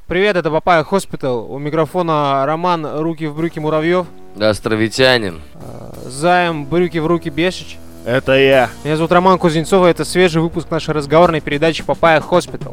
Привет, это Папайя Хоспитал. У микрофона Роман «Руки в брюки Муравьев». Островитянин. Займ «Брюки в руки Бешич». Это я. Меня зовут Роман Кузнецов, и это свежий выпуск нашей разговорной передачи Папайя Хоспитал.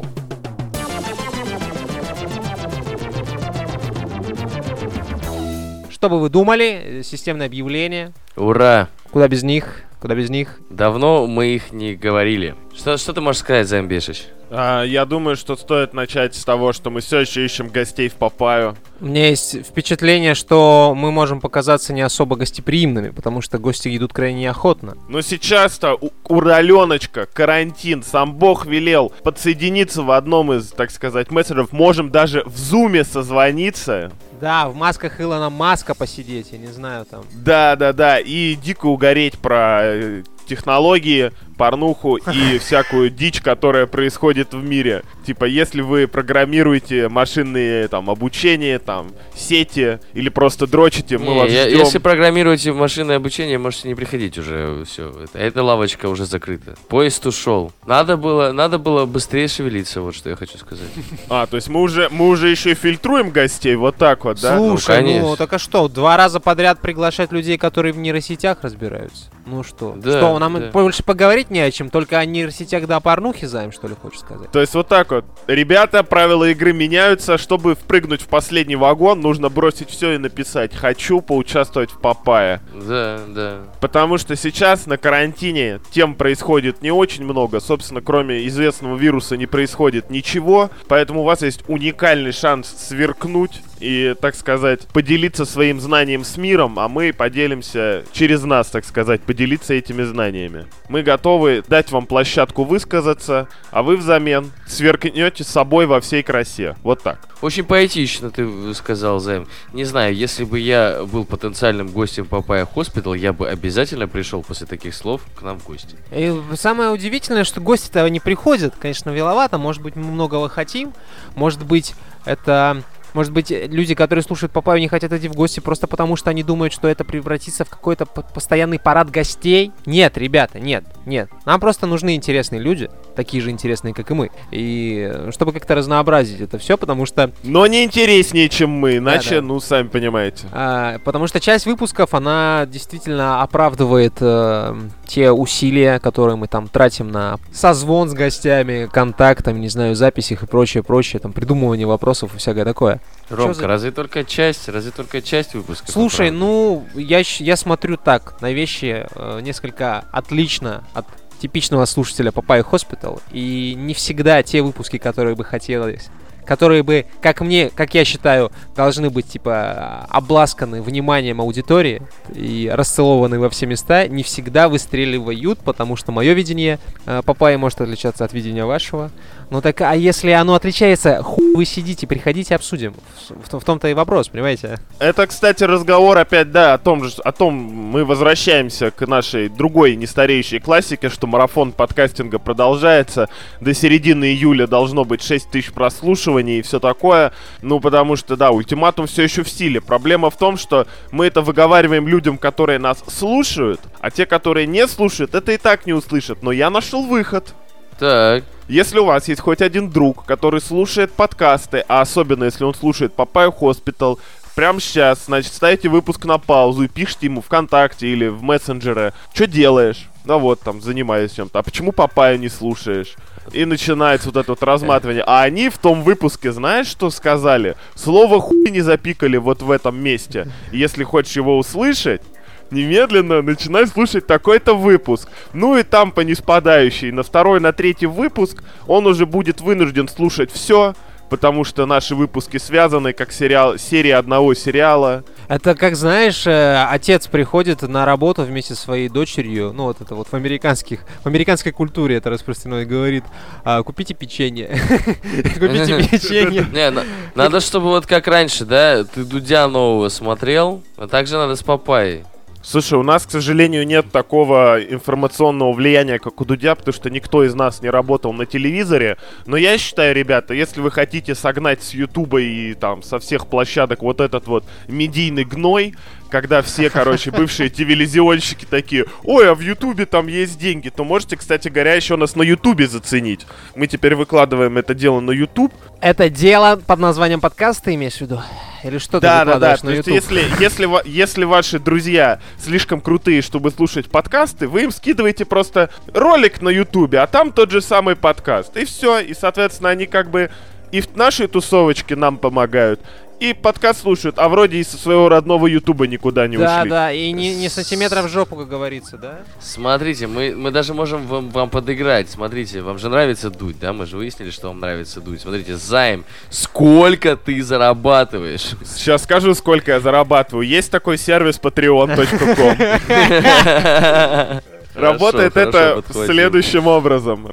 Что бы вы думали? Системное объявление. Ура! Куда без них? Куда без них? Давно мы их не говорили. Что ты можешь сказать, Займ Бешич? Я думаю, что стоит начать с того, что мы все еще ищем гостей в Папайю. У меня есть впечатление, что мы можем показаться не особо гостеприимными, потому что гости идут крайне неохотно. Но сейчас-то у Аленочка карантин, сам Бог велел подсоединиться в одном из, так сказать, мессенджеров. Можем даже в зуме созвониться. Да, в масках Илона Маска посидеть, я не знаю там. Да, и дико угореть про технологии, порнуху и всякую дичь, которая происходит в мире. Типа, если вы программируете машинные там обучение, там, сети или просто дрочите, мы вас ждем. Если программируете машинное обучение, можете не приходить уже, все. Эта лавочка уже закрыта. Поезд ушел. Надо было быстрее шевелиться, вот что я хочу сказать. То есть мы уже еще и фильтруем гостей, вот так вот, да? Слушай, конечно. так а что, 2 раза подряд приглашать людей, которые в нейросетях разбираются? Ну что? Да, что, нам да. больше поговорить не о чем, только о нейросетях да о порнухе, Займ, что ли, хочешь сказать? То есть вот так вот. Ребята, правила игры меняются. Чтобы впрыгнуть в последний вагон, нужно бросить все и написать «Хочу поучаствовать в Папайе». Да. Потому что сейчас на карантине тем происходит не очень много. Собственно, кроме известного вируса не происходит ничего. Поэтому у вас есть уникальный шанс сверкнуть и, так сказать, поделиться своим знанием с миром, а мы поделимся через нас, так сказать, поделиться этими знаниями. Мы готовы дать вам площадку высказаться, а вы взамен сверкнете собой во всей красе. Вот так. Очень поэтично ты сказал, Займ. Не знаю, если бы я был потенциальным гостем Папайя Хоспитал, я бы обязательно пришел после таких слов к нам в гости. И самое удивительное, что гости-то не приходят, конечно, веловато, может быть, мы многого хотим, может быть, люди, которые слушают Папайю, не хотят идти в гости просто потому, что они думают, что это превратится в какой-то постоянный парад гостей. Нет, ребята, нет. Нам просто нужны интересные люди, такие же интересные, как и мы. И чтобы как-то разнообразить это все, потому что... Но не интереснее, чем мы, иначе, Да. сами понимаете. Потому что часть выпусков, она действительно оправдывает те усилия, которые мы там тратим на созвон с гостями, контактами, не знаю, записях и прочее, там, придумывание вопросов и всякое такое. Ромка, разве только часть выпуска? Слушай, я смотрю так на вещи несколько отлично от типичного слушателя Папайя Хоспитал, и не всегда те выпуски, которые бы хотелось, которые бы, как я считаю, должны быть, типа, обласканы вниманием аудитории и расцелованы во все места, не всегда выстреливают, потому что мое видение Папайи может отличаться от видения вашего. Ну так, а если оно отличается, вы сидите, приходите, обсудим. В том-то и вопрос, понимаете? Это, кстати, разговор опять, да, о том мы возвращаемся к нашей другой нестареющей классике, что марафон подкастинга продолжается. До середины июля должно быть 6 тысяч прослушиваний и все такое. Потому что, да, ультиматум все еще в силе. Проблема в том, что мы это выговариваем людям, которые нас слушают, а те, которые не слушают, это и так не услышат. Но я нашел выход. Так. Если у вас есть хоть один друг, который слушает подкасты, а особенно если он слушает Папайю Хоспитал, прямо сейчас, значит, ставите выпуск на паузу и пишите ему ВКонтакте или в мессенджеры, что делаешь? Там, занимаюсь чем-то. А почему Папайю не слушаешь? И начинается вот это вот разматывание. А они в том выпуске, знаешь, что сказали? Слово «хуй» не запикали вот в этом месте. И если хочешь его услышать, немедленно начинай слушать такой-то выпуск. И там по ниспадающей. На 2-й, на 3-й выпуск он уже будет вынужден слушать все, потому что наши выпуски связаны как серия одного сериала. Это как, знаешь, отец приходит на работу вместе со своей дочерью, в американской культуре это распространено, и говорит: купите печенье. Купите печенье. Надо, чтобы вот как раньше, да, ты Дудя нового смотрел, а также надо с Папайей. Слушай, у нас, к сожалению, нет такого информационного влияния, как у Дудя, потому что никто из нас не работал на телевизоре. Но я считаю, ребята, если вы хотите согнать с Ютуба и там со всех площадок вот этот вот медийный гной, когда все, короче, бывшие телевизионщики такие: ой, а в Ютубе там есть деньги, то можете, кстати говоря, еще нас на Ютубе заценить. Мы теперь выкладываем это дело на Ютуб. Это дело под названием подкаст, ты имеешь в виду? Или что ты выкладываешь на YouTube? То есть, если ваши друзья слишком крутые, чтобы слушать подкасты, вы им скидываете просто ролик на Ютубе, а там тот же самый подкаст. И все. И, соответственно, они как бы и в нашей тусовочке нам помогают, и подкаст слушают, а вроде из своего родного Ютуба никуда не ушли. Да, и не сантиметра в жопу, как говорится, да? Смотрите, мы даже можем вам подыграть. Смотрите, вам же нравится дуть, да? Мы же выяснили, что вам нравится дуть. Смотрите, Займ, сколько ты зарабатываешь? Сейчас скажу, сколько я зарабатываю. Есть такой сервис patreon.com. Работает это следующим образом.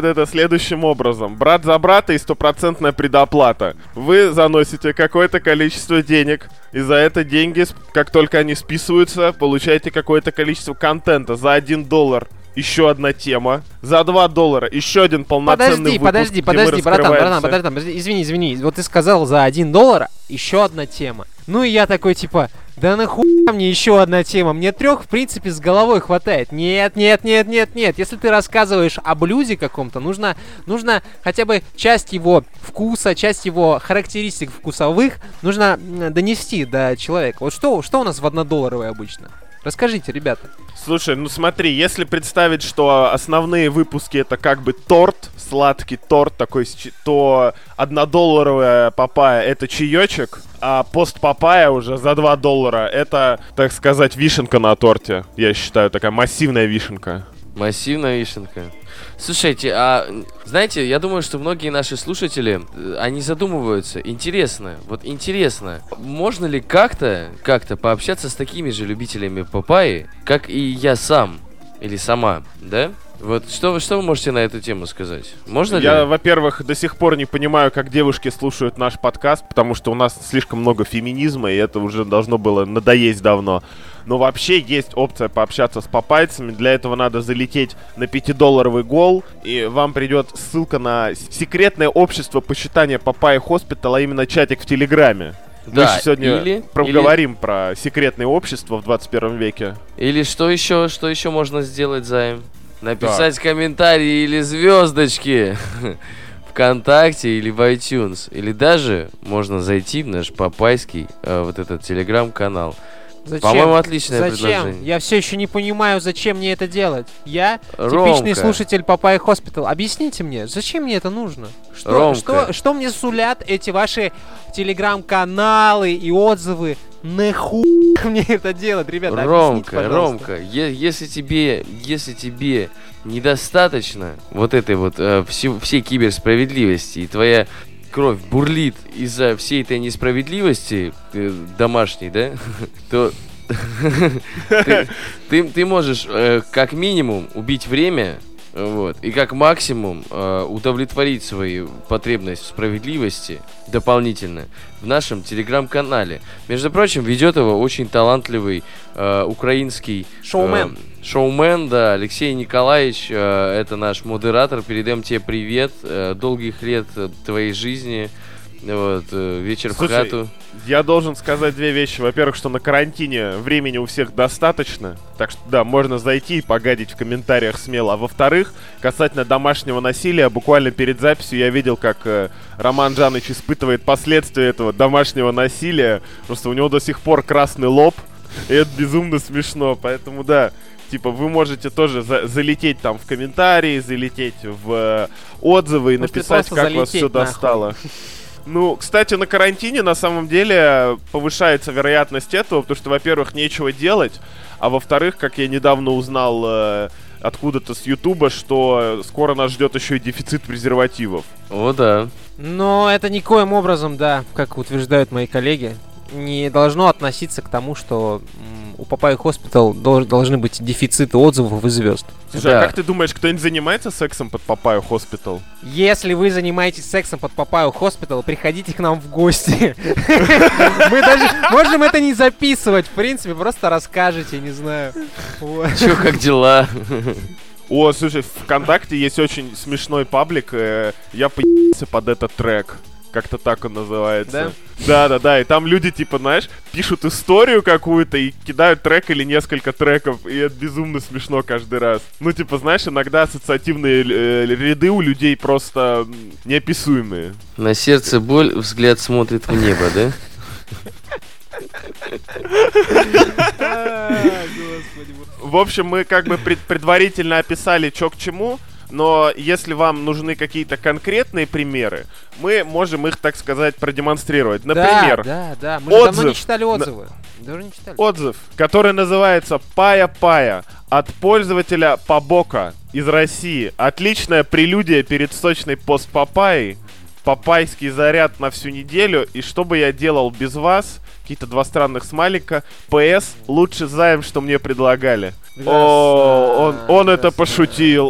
Брат за брата и 100% предоплата. Вы заносите какое-то количество денег, и за это деньги, как только они списываются, получаете какое-то количество контента. За $1 еще одна тема. За $2 еще один полноценный выпуск. Подожди, братан, извини. Вот ты сказал, за $1 еще одна тема. Ну и я такой, типа, да нахуя мне еще одна тема? Мне 3, в принципе, с головой хватает. Нет. Если ты рассказываешь о блюде каком-то, нужно хотя бы часть его вкуса, часть его характеристик вкусовых нужно донести до человека. Вот что у нас в $1 обычно? Расскажите, ребята. Слушай, ну смотри, если представить, что основные выпуски это как бы торт, сладкий торт такой, то $1 папайя это чаечек, а пост папайя уже за $2 это, так сказать, вишенка на торте. Я считаю, такая массивная вишенка. Массивная вишенка. Слушайте, а знаете, я думаю, что многие наши слушатели, они задумываются. Интересно, можно ли как-то пообщаться с такими же любителями папайи, как и я сам или сама, да? Вот что вы можете на эту тему сказать? Можно ли? Я, во-первых, до сих пор не понимаю, как девушки слушают наш подкаст, потому что у нас слишком много феминизма, и это уже должно было надоесть давно. Но вообще есть опция пообщаться с папайцами. Для этого надо залететь на $5 гол, и вам придет ссылка на секретное общество почитания Папайи Хоспитал, а именно чатик в Телеграме. Да, мы же сегодня поговорим про секретное общество в 21 веке. Или что еще можно сделать, Займ? Написать комментарии или звездочки ВКонтакте или в iTunes. Или даже можно зайти в наш папайский вот этот телеграм-канал. Зачем? По-моему, отличное предложение. Я все еще не понимаю, зачем мне это делать. Я Ромка. Типичный слушатель Папайи Хоспитал. Объясните мне, зачем мне это нужно? Что мне сулят эти ваши телеграм-каналы и отзывы? Нахуй мне это делать, ребята? Ромка, если тебе недостаточно вот этой вот всей киберсправедливости, и твоя кровь бурлит из-за всей этой несправедливости домашней, да, то ты можешь как минимум убить время, вот, и как максимум удовлетворить свою потребность в справедливости дополнительно в нашем телеграм-канале. Между прочим, ведет его очень талантливый украинский шоумен, да, Алексей Николаевич, это наш модератор. Передаем тебе привет, долгих лет твоей жизни, вот, вечер в хату. Я должен сказать 2 вещи. Во-первых, что на карантине времени у всех достаточно, так что, да, можно зайти и погадить в комментариях смело. А во-вторых, касательно домашнего насилия, буквально перед записью я видел, как Роман Жаныч испытывает последствия этого домашнего насилия. Просто у него до сих пор красный лоб, и это безумно смешно, поэтому, да. Типа, вы можете тоже залететь там в комментарии, залететь в отзывы и написать, как вас все достало. Ну, кстати, на карантине на самом деле повышается вероятность этого, потому что, во-первых, нечего делать, а во-вторых, как я недавно узнал откуда-то с Ютуба, что скоро нас ждет еще и дефицит презервативов. О, да. Но это никоим образом, да, как утверждают мои коллеги, не должно относиться к тому, что у Papaya Hospital должны быть дефициты отзывов и звезд. Слушай, а как ты думаешь, кто-нибудь занимается сексом под Papaya Hospital? Если вы занимаетесь сексом под Papaya Hospital, приходите к нам в гости. Мы даже можем это не записывать, в принципе, просто расскажете, не знаю. Чё, как дела? О, слушай, в ВКонтакте есть очень смешной паблик. Я поебался под этот трек. Как-то так он называется. Да? Да, и там люди, типа, знаешь, пишут историю какую-то и кидают трек или несколько треков, и это безумно смешно каждый раз. Ну, типа, знаешь, иногда ассоциативные ряды у людей просто неописуемые. На сердце боль, взгляд смотрит в небо, да? В общем, мы как бы предварительно описали, что к чему. Но если вам нужны какие-то конкретные примеры, мы можем их, так сказать, продемонстрировать. Например, да. Мы же давно не читали отзывы. Отзыв, который называется «Пая-пая» от пользователя Пабока из России. Отличная прелюдия перед сочной пост-папайей. Папайский заряд на всю неделю. И что бы я делал без вас? Какие-то 2 странных смайлика. ПС, лучше займ, что мне предлагали. Он это пошутил.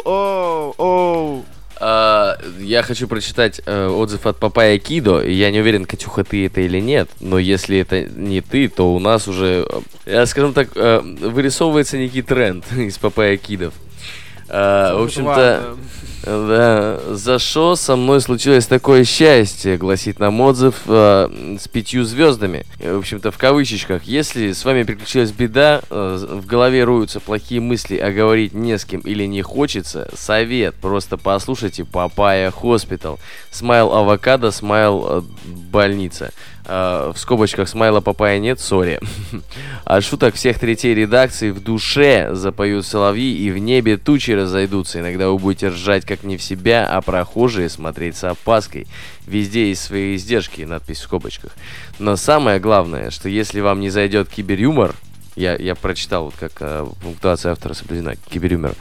Я хочу прочитать отзыв от Papaya Kiddo. Я не уверен, Катюха, ты это или нет. Но если это не ты, то у нас уже, скажем так, вырисовывается некий тренд из Papaya Kiddo. В общем-то, да, за что со мной случилось такое счастье, гласит нам отзыв с 5 звездами. В общем-то, в кавычечках. Если с вами приключилась беда, в голове роются плохие мысли, а говорить не с кем или не хочется, совет, просто послушайте Papaya Hospital. Смайл авокадо, смайл больница. В скобочках смайла Папайя нет, сори. От шуток всех третей редакции в душе запоют соловьи и в небе тучи разойдутся. Иногда вы будете ржать как не в себя, а прохожие смотреть с опаской. Везде есть свои издержки, надпись в скобочках. Но самое главное, что если вам не зайдет киберюмор, я прочитал, вот как пунктуация автора соблюдена, киберюмор.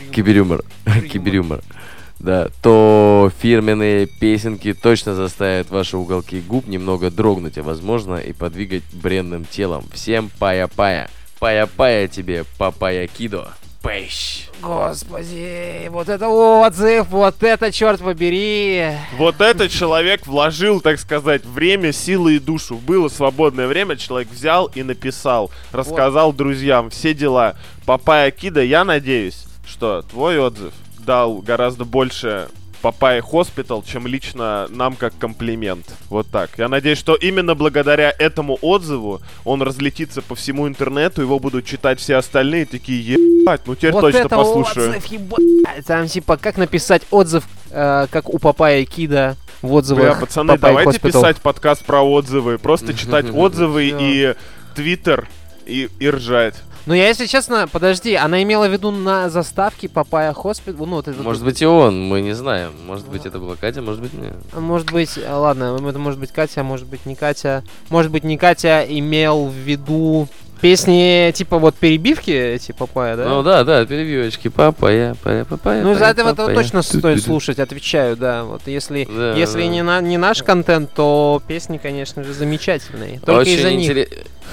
Да, то фирменные песенки точно заставят ваши уголки губ немного дрогнуть, а возможно и подвигать бренным телом. Всем пая-пая. Пая-пая тебе, Papaya Kiddo. Пэщ. Господи, вот это отзыв, вот это, черт побери. Вот этот человек вложил, так сказать, время, силы и душу. Было свободное время, человек взял и написал, рассказал друзьям, все дела. Papaya Kiddo, я надеюсь, что твой отзыв дал гораздо больше Papaya Hospital, чем лично нам как комплимент. Вот так. Я надеюсь, что именно благодаря этому отзыву он разлетится по всему интернету, его будут читать все остальные, такие, ебать, ну теперь вот точно послушаю. Отзыв, ебать. Там типа, как написать отзыв, как у Papaya Kiddo в отзывах. Пацаны, Papaya давайте Hospital. Писать подкаст про отзывы, просто читать отзывы и Твиттер и ржать. Ну, я, если честно, подожди, она имела в виду на заставке Papaya Hospital? Ну, вот это может быть и он, мы не знаем. Может быть это была Катя, может быть нет. Может быть, ладно, это может быть Катя, может быть не Катя. Может быть не Катя имел в виду песни типа вот перебивки эти Papaya, да? Ну да, перебивочки. Papaya. Ну, из-за этого точно стоит слушать, отвечаю, да. Вот если не наш контент, то песни, конечно же, замечательные. Только из-за них.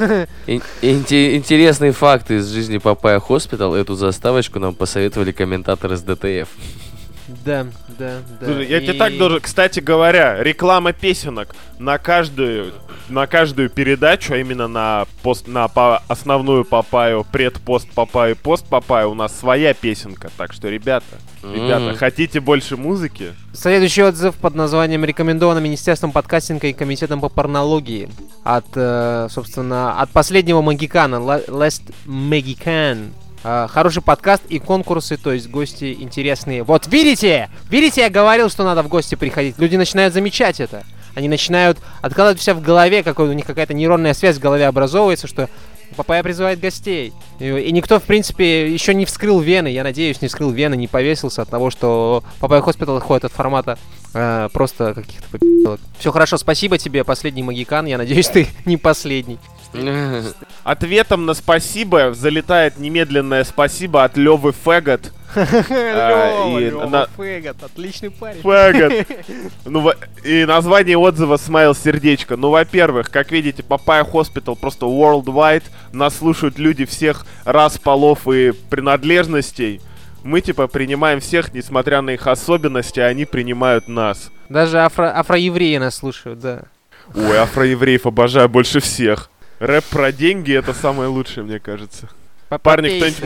Интересные факты из жизни Papaya Hospital. Эту заставочку нам посоветовали комментаторы с ДТФ. Да. Слушай, я тебе так должен... Кстати говоря, реклама песенок на каждую передачу, а именно на основную Папаю, предпост Папаю, пост Папаю, у нас своя песенка. Так что, ребята, хотите больше музыки? Следующий отзыв под названием «Рекомендовано Министерством подкастинга и Комитетом по порнологии» от, собственно, от последнего Магикана, Last Magican. Хороший подкаст и конкурсы, то есть гости интересные. Вот видите, я говорил, что надо в гости приходить. Люди начинают замечать это. Они начинают откладывать все в голове, у них какая-то нейронная связь в голове образовывается, что Папайя призывает гостей. И никто, в принципе, еще не вскрыл вены, я надеюсь, не вскрыл вены, не повесился от того, что Papaya Hospital отходит от формата просто каких-то попи***лок. Все хорошо, спасибо тебе, последний Магикан, я надеюсь, ты не последний. Ответом на спасибо залетает немедленное спасибо от Лёвы Фэгот. Лёва Фэгот, отличный парень. Фэгот. Ну, и название отзыва смайл сердечко. Ну, во-первых, как видите, Papaya Hospital просто worldwide. Нас слушают люди всех рас, полов и принадлежностей. Мы, типа, принимаем всех, несмотря на их особенности, а они принимают нас. Даже афроевреи нас слушают, да. Ой, афроевреев обожаю больше всех. Рэп про деньги — это самое лучшее, мне кажется. Парни, кто-нибудь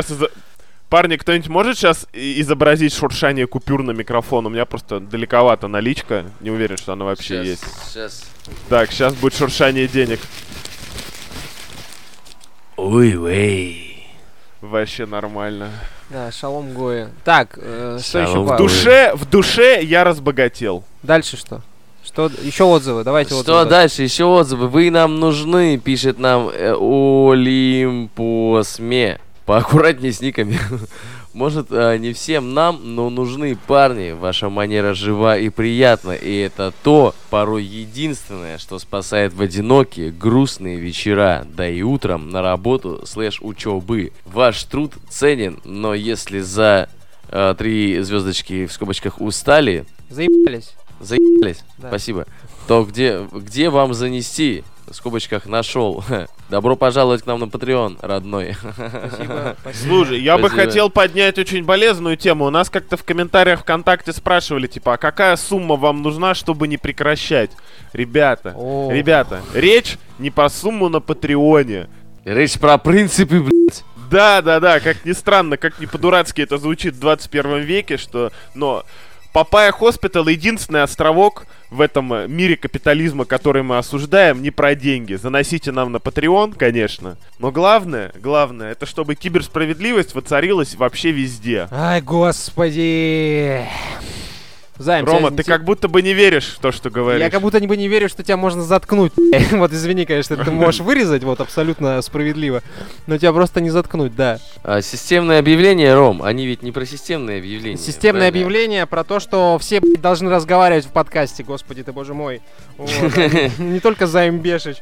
может сейчас изобразить шуршание купюр на микрофон? У меня просто далековато наличка. Не уверен, что она вообще есть. Сейчас. Так, сейчас будет шуршание денег. Ой-вей. Вообще нормально. Да, шалом Гоя. Так, что еще? В душе я разбогател. Дальше что? Что еще отзывы? Давайте отзывы. Что дальше? Еще отзывы. Вы нам нужны, пишет нам Олимпосме. Поаккуратнее с никами. Может, не всем нам, но нужны парни. Ваша манера жива и приятна. И это то, порой единственное, что спасает в одинокие, грустные вечера. Да и утром на работу /учебы. Ваш труд ценен, но если за 3 звездочки в скобочках устали... Заебались. Да. Спасибо. То где вам занести? В скобочках нашел. Добро пожаловать к нам на Patreon, родной. Спасибо. Слушай, я бы хотел поднять очень болезненную тему. У нас как-то в комментариях ВКонтакте спрашивали, типа, а какая сумма вам нужна, чтобы не прекращать? Ребята, речь не по сумму на Патреоне. Речь про принципы, блядь. Да, как ни странно, как ни по-дурацки это звучит в 21 веке, но Papaya Hospital — единственный островок в этом мире капитализма, который мы осуждаем, не про деньги. Заносите нам на Patreon, конечно. Но главное, это чтобы киберсправедливость воцарилась вообще везде. Ай, господи. Займ, Рома, ты как будто бы не веришь в то, что говоришь. Я как будто бы не верю, что тебя можно заткнуть. Вот извини, конечно, ты можешь вырезать, вот абсолютно справедливо. Но тебя просто не заткнуть, да. Системные объявления, Ром, они ведь не про системные объявления. Системное объявление про то, что все должны разговаривать в подкасте, господи ты, боже мой. Не только Займ Бешич.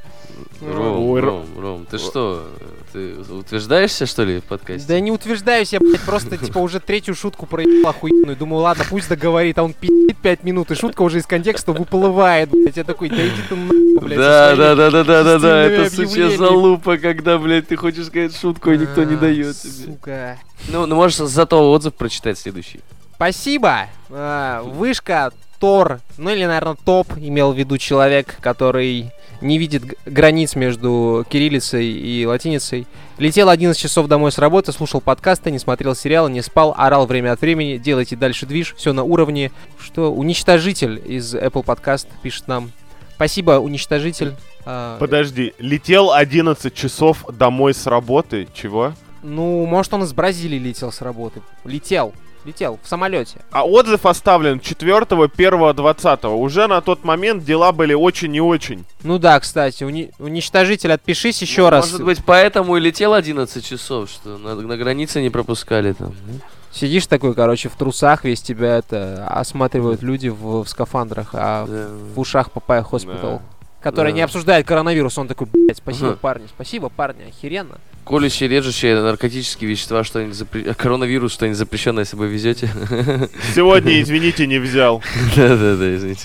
Ром, ты что? Ты утверждаешься, что ли, в подкасте? Да не утверждаюсь, я, блядь, просто, типа, уже 3-ю шутку проебал охуенную. Думаю, ладно, пусть договорит, а он пи***ит 5 минут, и шутка уже из контекста выплывает, блядь. Я такой, да иди ты нахуй, блядь. Да, это сучья залупа, когда, блядь, ты хочешь сказать шутку, а никто не дает тебе. Сука. Ну, можешь зато отзыв прочитать следующий. Спасибо. Вышка, Тор, ну или, наверное, топ, имел в виду человек, который не видит границ между кириллицей и латиницей. Летел 11 часов домой с работы, слушал подкасты, не смотрел сериалы, не спал, орал время от времени. Делайте дальше движ, все на уровне. Что, уничтожитель из Apple Podcast пишет нам. Спасибо, уничтожитель. Подожди, летел 11 часов домой с работы, чего? Ну, может, он из Бразилии летел с работы. Летел в самолете. А отзыв оставлен 4.1.20. Уже на тот момент дела были очень и очень. Ну да, кстати, уничтожитель, отпишись еще раз. Может быть, поэтому и летел 11 часов, что на границе не пропускали там. Сидишь такой, короче, в трусах, весь тебя это осматривают люди в скафандрах, а в ушах Papaya Hospital, который не обсуждает коронавирус. Он такой, блядь, спасибо, парни, охеренно. Колющие, режущие, наркотические вещества, что-нибудь коронавирус, что-нибудь запрещенное, если вы везете. Сегодня, извините, не взял. Да, извините.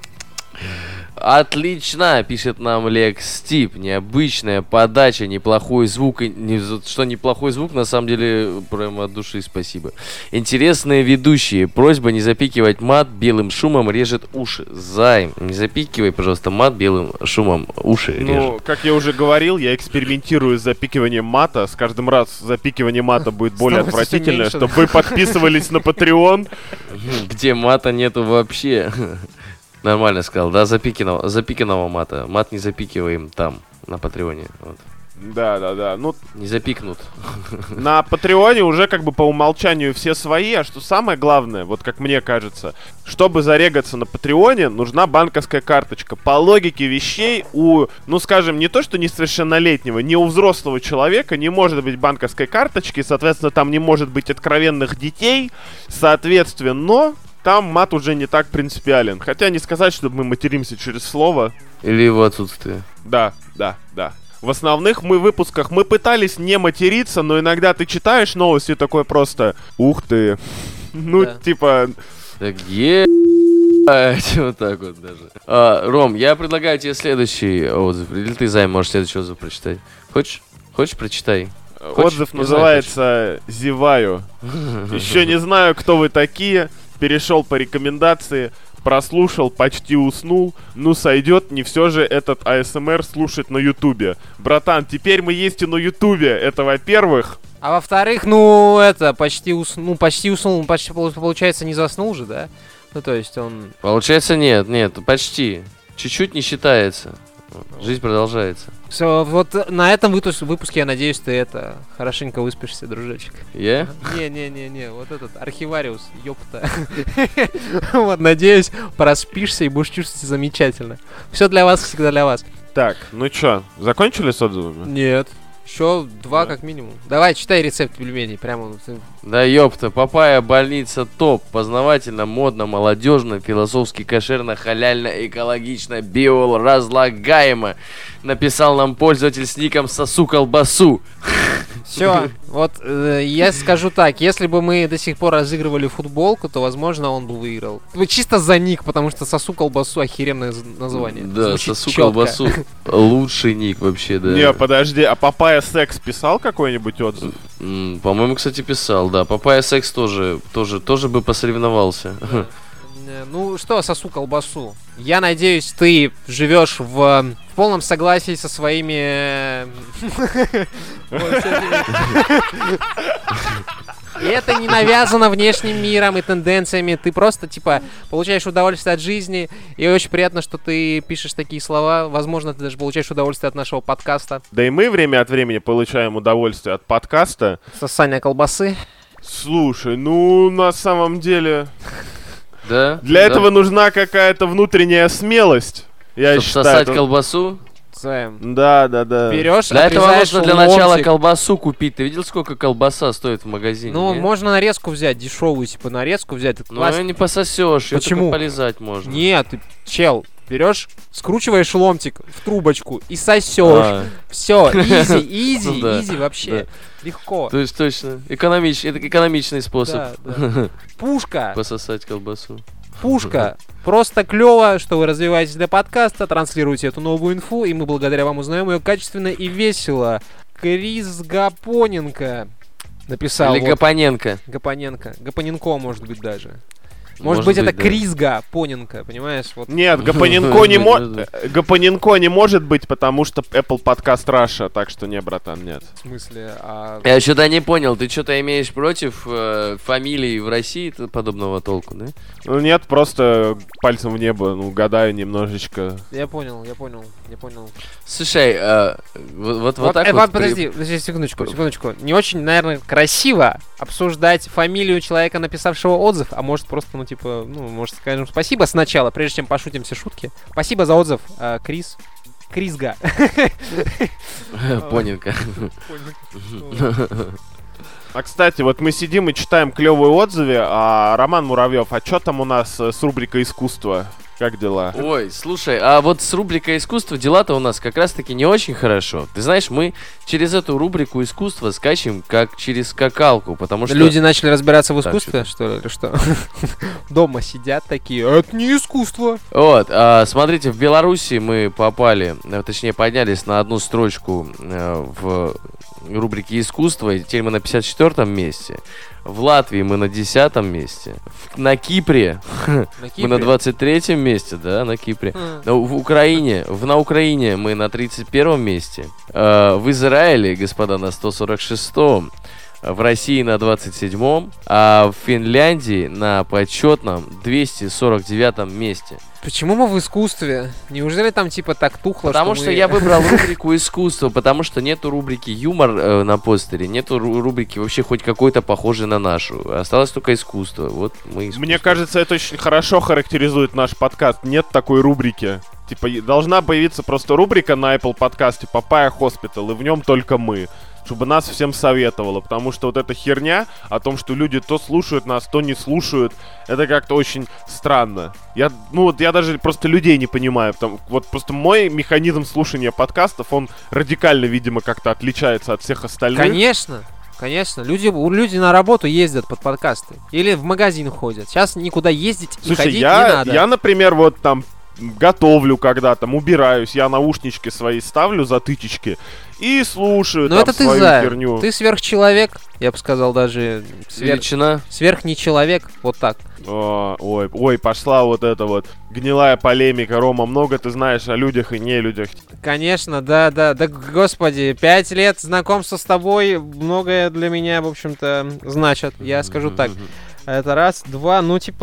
Отлично, пишет нам Лекс Стип. Необычная подача, неплохой звук. Что неплохой звук, на самом деле, прямо от души спасибо. Интересные ведущие. Просьба не запикивать мат, белым шумом режет уши. Займ, не запикивай, пожалуйста, мат, белым шумом уши режет. Ну, как я уже говорил, я экспериментирую с запикиванием мата. С каждым раз запикивание мата будет более отвратительное, чтобы вы подписывались на Patreon. Где мата нету вообще. Нормально сказал, да, запиканного мата. Мат не запикиваем там, на Патреоне. Вот. Да. Ну, не запикнут. На Патреоне уже как бы по умолчанию все свои, а что самое главное, вот как мне кажется, чтобы зарегаться на Патреоне, нужна банковская карточка. По логике вещей у, ну скажем, не то что несовершеннолетнего, не у взрослого человека не может быть банковской карточки, соответственно, там не может быть откровенных детей, соответственно, там мат уже не так принципиален. Хотя не сказать, чтобы мы материмся через слово. Или его отсутствие. Да. в основных выпусках мы пытались не материться, но иногда ты читаешь новости и такой просто «Ух ты!» Ну, Да. типа... Так вот так вот даже. Ром, я предлагаю тебе следующий отзыв. Или ты, Займ, можешь следующий отзыв прочитать? Хочешь? Хочешь, прочитай. Отзыв Не называется «Зеваю». Еще не знаю, кто вы такие. Перешел по рекомендации, прослушал, почти уснул. Ну, сойдет, не все же этот АСМР слушать на Ютубе. Братан, теперь мы есть и на Ютубе. Это во-первых. А во-вторых, почти уснул, почти, получается, не заснул же, да? Ну, то есть он... Получается, нет, почти. Чуть-чуть не считается. Жизнь продолжается. Все, вот на этом выпуске, я надеюсь, ты хорошенько выспишься, дружочек. Я? Не, вот этот архивариус, ёпта. Вот, надеюсь, проспишься и будешь чувствовать себя замечательно. Все для вас, всегда для вас. Так, ну чё, закончили с отзывами? Нет. Еще 2 как минимум. Давай, читай рецепт пельменей. Прямо. Да ёпта, Папайя больница топ. Познавательно, модно, молодежно, философски, кошерно, халяльно, экологично, биол, разлагаемо. Написал нам пользователь с ником Сосу Колбасу. Все, вот я скажу так, если бы мы до сих пор разыгрывали футболку, то, возможно, он бы выиграл. Чисто за ник, потому что Сосу Колбасу охеренное название. Да, Звучит Сосу чётко. Колбасу. Лучший ник вообще, да. Не, подожди, а Папайя Секс писал какой-нибудь отзыв? По-моему, кстати, писал, да. Папайя Секс тоже бы посоревновался. Ну что, Сосу Колбасу, я надеюсь, ты живешь в полном согласии со своими... И это не навязано внешним миром и тенденциями. Ты просто, получаешь удовольствие от жизни. И очень приятно, что ты пишешь такие слова. Возможно, ты даже получаешь удовольствие от нашего подкаста. Да и мы время от времени получаем удовольствие от подкаста. Сосание колбасы. Слушай, ну на самом деле... Да? Для этого нужна какая-то внутренняя смелость. Я Чтоб считаю. сосать колбасу? Да. Берешь, Для этого отрезаешь нужно для начала ломтик. колбасу купить. Ты видел, сколько колбаса стоит в магазине? Ну, не? можно нарезку взять, дешевую, нарезку взять. Ну, ее не пососешь, ее Почему? только полизать можно. Нет, ты, чел, берешь, скручиваешь ломтик в трубочку и сосешь. А, Все, изи Ну да, вообще. Легко. то есть точно. Это экономичный способ Да. Пушка. пососать колбасу. Пушка. Просто клево, что вы развиваетесь для подкаста, транслируете эту новую инфу, и мы благодаря вам узнаем ее качественно и весело. Крис Гапоненко написал. Или Гапоненко. Гапоненко, может быть, даже. Может быть, это да. Крис Гапоненко, понимаешь? Вот. Нет, Гапоненко не может быть, потому что Apple Podcast Russia, так что не, братан, нет. В смысле, Я что-то не понял, ты что-то имеешь против фамилий в России подобного толку, да? Ну нет, просто пальцем в небо, гадаю немножечко. Я понял. Слушай, вот так вот... Подожди, секундочку. Не очень, наверное, красиво обсуждать фамилию человека, написавшего отзыв, а может просто, может скажем спасибо сначала, прежде чем пошутим все шутки. Спасибо за отзыв, Крисга. Поненко. А кстати, вот мы сидим и читаем клевые отзывы, а Роман Муравьев, а что там у нас с рубрикой искусства? Как дела? Ой, слушай, а вот с рубрикой искусства дела-то у нас как раз-таки не очень хорошо. Ты знаешь, мы через эту рубрику искусства скачем как через скакалку, потому что... Люди начали разбираться в Так, искусстве, что ли, или что? Дома сидят такие, это не искусство. Вот, смотрите, в Беларуси мы поднялись на одну строчку в рубрике искусства, и теперь мы на 54-м месте. В Латвии мы на 10-м месте. На Кипре мы на 23-м месте, да, на Кипре. На Украине мы на 31-м месте. В Израиле, господа, на 146-м. В России на 27-м. А в Финляндии на почетном 249-м месте. Почему мы в искусстве? Неужели там так тухло, Потому что я выбрал рубрику искусства, потому что нету рубрики юмор на постере, нету рубрики вообще хоть какой-то похожей на нашу. Осталось только искусство. Вот мы искусство. Мне кажется, это очень хорошо характеризует наш подкаст. Нет такой рубрики. Должна появиться просто рубрика на Apple подкасте Папайя Hospital, и в нем только мы. чтобы нас всем советовало, потому что вот эта херня о том, что люди то слушают нас, то не слушают, это как-то очень странно. Я даже просто людей не понимаю, вот просто мой механизм слушания подкастов, он радикально, видимо, как-то отличается от всех остальных. Конечно, люди на работу ездят под подкасты. Или в магазин ходят. Сейчас никуда ездить и ходить не надо. Я, например, вот там готовлю когда там, убираюсь, я наушнички свои ставлю, затычечки, и слушаю там это свою херню. Ты сверхчеловек, я бы сказал, даже сверхнечеловек, вот так. Ой, пошла вот эта вот гнилая полемика. Рома, много ты знаешь о людях и не людях. Конечно, да, господи, 5 лет знакомства с тобой многое для меня, в общем-то, значит, я скажу так. Это раз, два,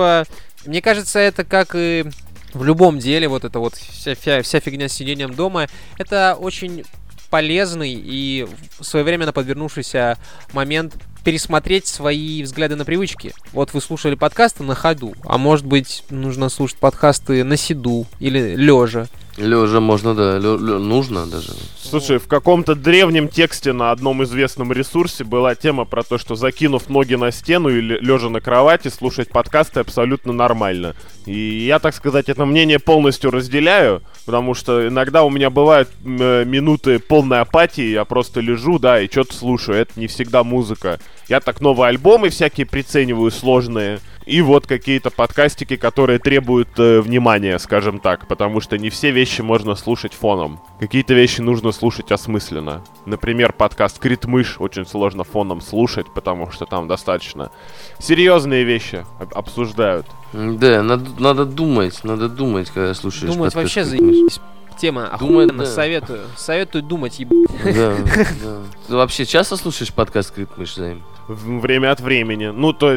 мне кажется, это как и в любом деле, вот эта вот вся фигня с сидением дома, это очень полезный и своевременно подвернувшийся момент пересмотреть свои взгляды на привычки. Вот вы слушали подкасты на ходу, а может быть, нужно слушать подкасты на седу или лежа. Лежа можно, да, нужно даже. Слушай, в каком-то древнем тексте на одном известном ресурсе была тема про то, что закинув ноги на стену или лежа на кровати, слушать подкасты абсолютно нормально. И я, так сказать, это мнение полностью разделяю, потому что иногда у меня бывают минуты полной апатии, я просто лежу, да, и что-то слушаю, это не всегда музыка. Я так новые альбомы всякие прицениваю, сложные, и вот какие-то подкастики, которые требуют внимания, скажем так, потому что не все вещи можно слушать фоном. Какие-то вещи нужно слушать осмысленно. Например, подкаст «Критмыш» очень сложно фоном слушать, потому что там достаточно серьезные вещи обсуждают. Да, надо думать, когда слушаешь думать подкаст. Вообще заебись. Тема охуенно, да. Советую думать, Да. Ты вообще часто слушаешь подкаст «Критмыш», Займ? Время от времени.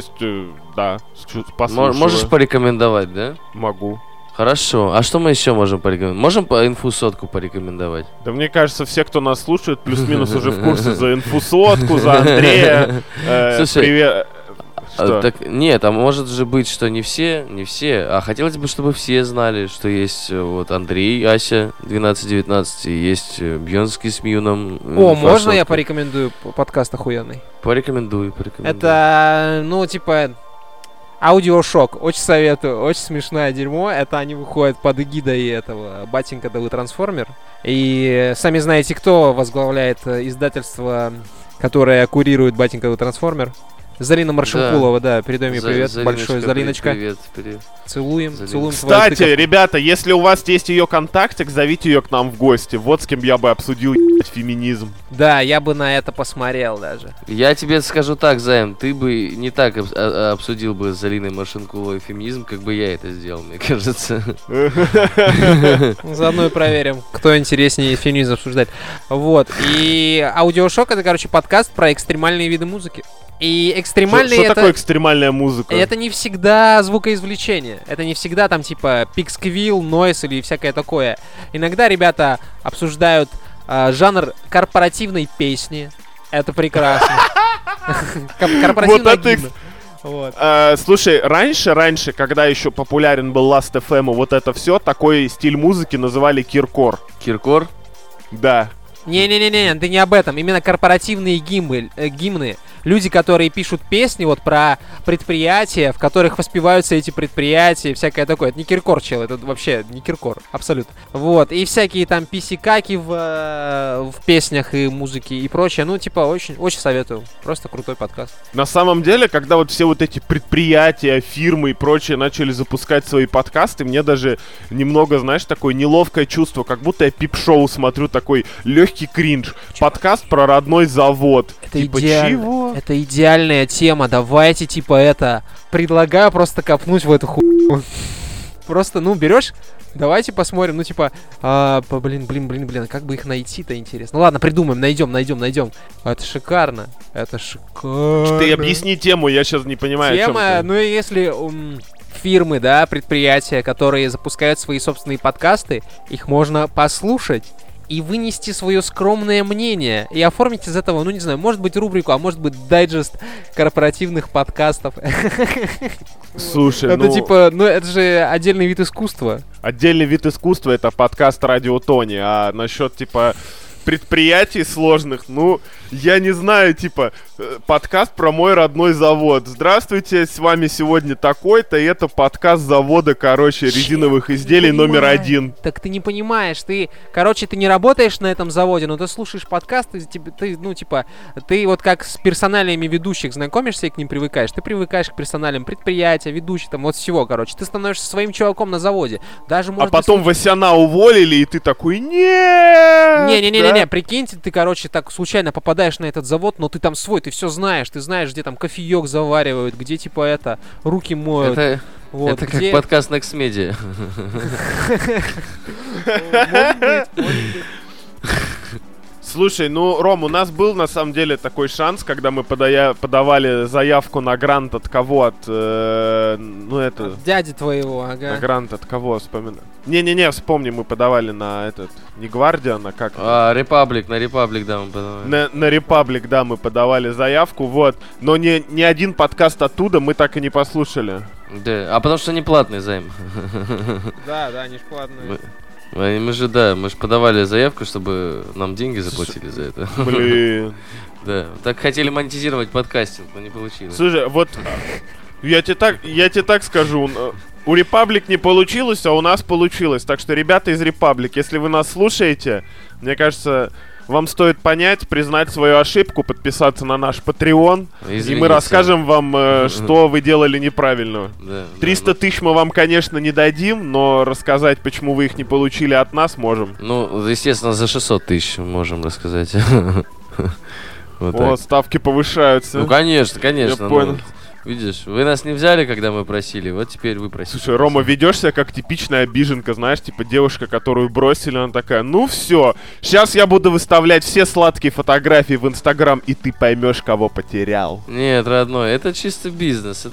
Да, послушаю. Можешь порекомендовать, да? Могу. Хорошо. А что мы еще можем порекомендовать? Можем по инфусотку порекомендовать? Да мне кажется, все, кто нас слушает, плюс-минус уже в курсе за инфусотку, за Андрея. Слушай, привет. Нет, а может же быть, что не все, а хотелось бы, чтобы все знали, что есть вот Андрей, Ася, 12-19, и есть Бьонский с Мьюном. Можно я порекомендую подкаст охуенный? Порекомендуй. Это, Аудиошок, очень советую, очень смешное дерьмо. Это они выходят под эгидой этого батенька да вы трансформер. И сами знаете, кто возглавляет издательство, которое курирует батенька да вы трансформер. Зарина Маршинкулова, да, передаем ей привет, большой, Зариночка. Привет. Целуем. Кстати, ребята, если у вас есть ее контактик, зовите ее к нам в гости. Вот с кем я бы обсудил феминизм. Да, я бы на это посмотрел даже. Я тебе скажу так, Займ, ты бы не так обсудил бы с Зариной Маршинкуловой феминизм, как бы я это сделал, мне кажется. Заодно и проверим, кто интереснее феминизм обсуждать. Вот, и Аудиошок — это, подкаст про экстремальные виды музыки. И экстремальные Что такое экстремальная музыка? Это не всегда звукоизвлечение. Это не всегда там типа пиксквилл, нойз или всякое такое. Иногда ребята обсуждают жанр корпоративной песни. Это прекрасно. Корпоративная гимн. Вот. Слушай, раньше, когда еще популярен был Last.fm, вот это все, такой стиль музыки называли киркор. Киркор? Да. Не-не-не, ты не об этом. Именно корпоративные гимны. Люди, которые пишут песни вот про предприятия, в которых воспеваются эти предприятия, всякое такое. Это не Киркор, чел, это вообще не Киркор, абсолютно. Вот, и всякие там писикаки в песнях и музыке и прочее. Очень, очень советую. Просто крутой подкаст. На самом деле, когда вот все вот эти предприятия, фирмы и прочее начали запускать свои подкасты, мне даже немного, знаешь, такое неловкое чувство, как будто я пип-шоу смотрю, такой легкий кринж. Подкаст про родной завод. Это чего? Это идеальная тема. Давайте, предлагаю просто копнуть в эту хуйню. Просто, берешь, давайте посмотрим, блин, как бы их найти-то интересно. Ладно, придумаем, найдем. Это шикарно. Ты объясни тему, я сейчас не понимаю, о чем ты. Если фирмы, да, предприятия, которые запускают свои собственные подкасты, их можно послушать и вынести свое скромное мнение. И оформить из этого, может быть, рубрику, а может быть, дайджест корпоративных подкастов. Слушай, это же отдельный вид искусства. Отдельный вид искусства — это подкаст Радио Тони. А насчет, предприятий сложных. Ну, я не знаю, типа, подкаст про мой родной завод. Здравствуйте, с вами сегодня такой-то, и это подкаст завода, короче, резиновых изделий номер 1. Так ты не понимаешь, ты не работаешь на этом заводе, но ты слушаешь подкаст, ты вот как с персоналиями ведущих знакомишься и к ним привыкаешь. Ты привыкаешь к персоналиям предприятия, ведущих, там вот всего, короче. Ты становишься своим чуваком на заводе. Даже, может, а потом Васяна уволили, и ты такой, нет! Не-не-не-не, прикиньте, ты, короче, так случайно попадаешь на этот завод, но ты там свой, ты все знаешь, ты знаешь, где там кофеек заваривают, где, типа, руки моют. Это как подкаст Next Media. Может быть. Слушай, ну, Ром, у нас был, на самом деле, такой шанс, когда мы подавали заявку на грант от кого? От дяди твоего, ага. На грант от кого, вспоминаю. Не-не-не, вспомни, мы подавали на не Guardian, а как? Republic, на Republic, да, мы подавали. На Republic, да, мы подавали заявку, вот. Но ни один подкаст оттуда мы так и не послушали. Да, потому что не платный займ. Да, они ж платные. Мы же подавали заявку, чтобы нам деньги заплатили за это. Блин. Да, так хотели монетизировать подкастинг, но не получилось. Слушай, вот я тебе так скажу, у Republic не получилось, а у нас получилось. Так что, ребята из Republic, если вы нас слушаете, мне кажется, вам стоит понять, признать свою ошибку, подписаться на наш Patreon, и мы расскажем вам, что вы делали неправильно. 300 тысяч мы вам, конечно, не дадим, но рассказать, почему вы их не получили от нас, можем. Ну, естественно, за 600 тысяч можем рассказать. Вот, ставки повышаются. Ну, конечно. Я понял. Видишь, вы нас не взяли, когда мы просили, вот теперь вы просите. Слушай, Рома, ведешь себя как типичная обиженка, знаешь, типа девушка, которую бросили, она такая, ну все, сейчас я буду выставлять все сладкие фотографии в Инстаграм, и ты поймешь, кого потерял. Нет, родной, это чисто бизнес.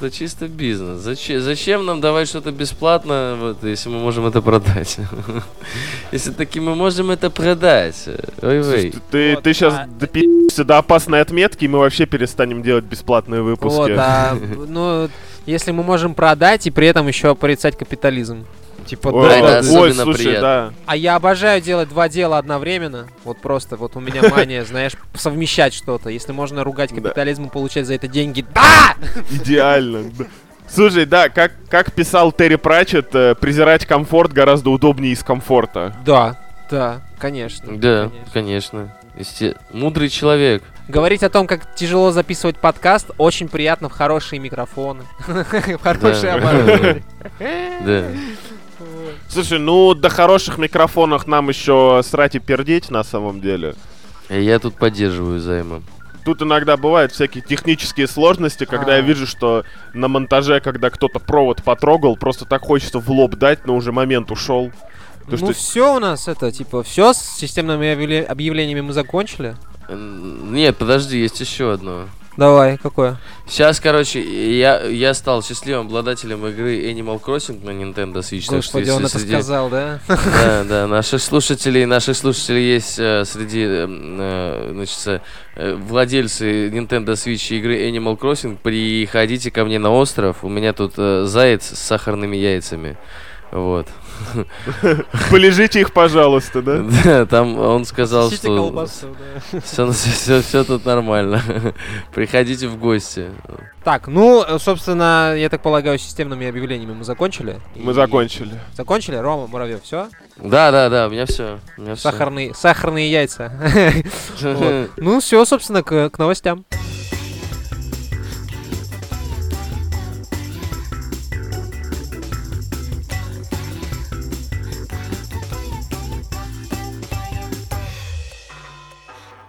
Зачем нам давать что-то бесплатно, вот, если мы можем это продать? Если таки мы можем это продать. Ой-ой. Ты сейчас допи***ся до опасной отметки, и мы вообще перестанем делать бесплатные выпуски. Вот, ну, если мы можем продать и при этом еще порицать капитализм. Типа, это ой, особенно слушай, приятно. да. А я обожаю делать два дела одновременно. Вот просто, вот у меня мания, знаешь, совмещать что-то. Если можно ругать капитализм и получать за это деньги. Да! Идеально. Слушай, да, как писал Терри Пратчетт, презирать комфорт гораздо удобнее из комфорта. Да, конечно. Да, конечно. Мудрый человек. Говорить о том, как тяжело записывать подкаст, очень приятно в хорошие микрофоны. В хорошие оборудование. Да. Слушай, ну до хороших микрофонов нам еще срать и пердеть на самом деле. Я тут поддерживаю займа. Тут иногда бывают всякие технические сложности, когда я вижу, что на монтаже, когда кто-то провод потрогал, просто так хочется в лоб дать, но уже момент ушел. Ну все у нас все с системными объявлениями мы закончили. Нет, подожди, есть еще одно. Давай, какое? Сейчас, короче, я стал счастливым обладателем игры Animal Crossing на Nintendo Switch. Господи, он это сказал, да? Да, наших слушателей есть среди, значит, владельцы Nintendo Switch игры Animal Crossing. Приходите ко мне на остров, у меня тут заяц с сахарными яйцами. Вот. Полежите их, пожалуйста, да? Да, там он сказал, что колбасу, да. все тут нормально. Приходите в гости. Так, ну, собственно, я так полагаю, системными объявлениями мы закончили. Мы закончили. Закончили? Рома Муравьев, все? Да, у меня все. Сахарные яйца. Ну, все, собственно, к новостям.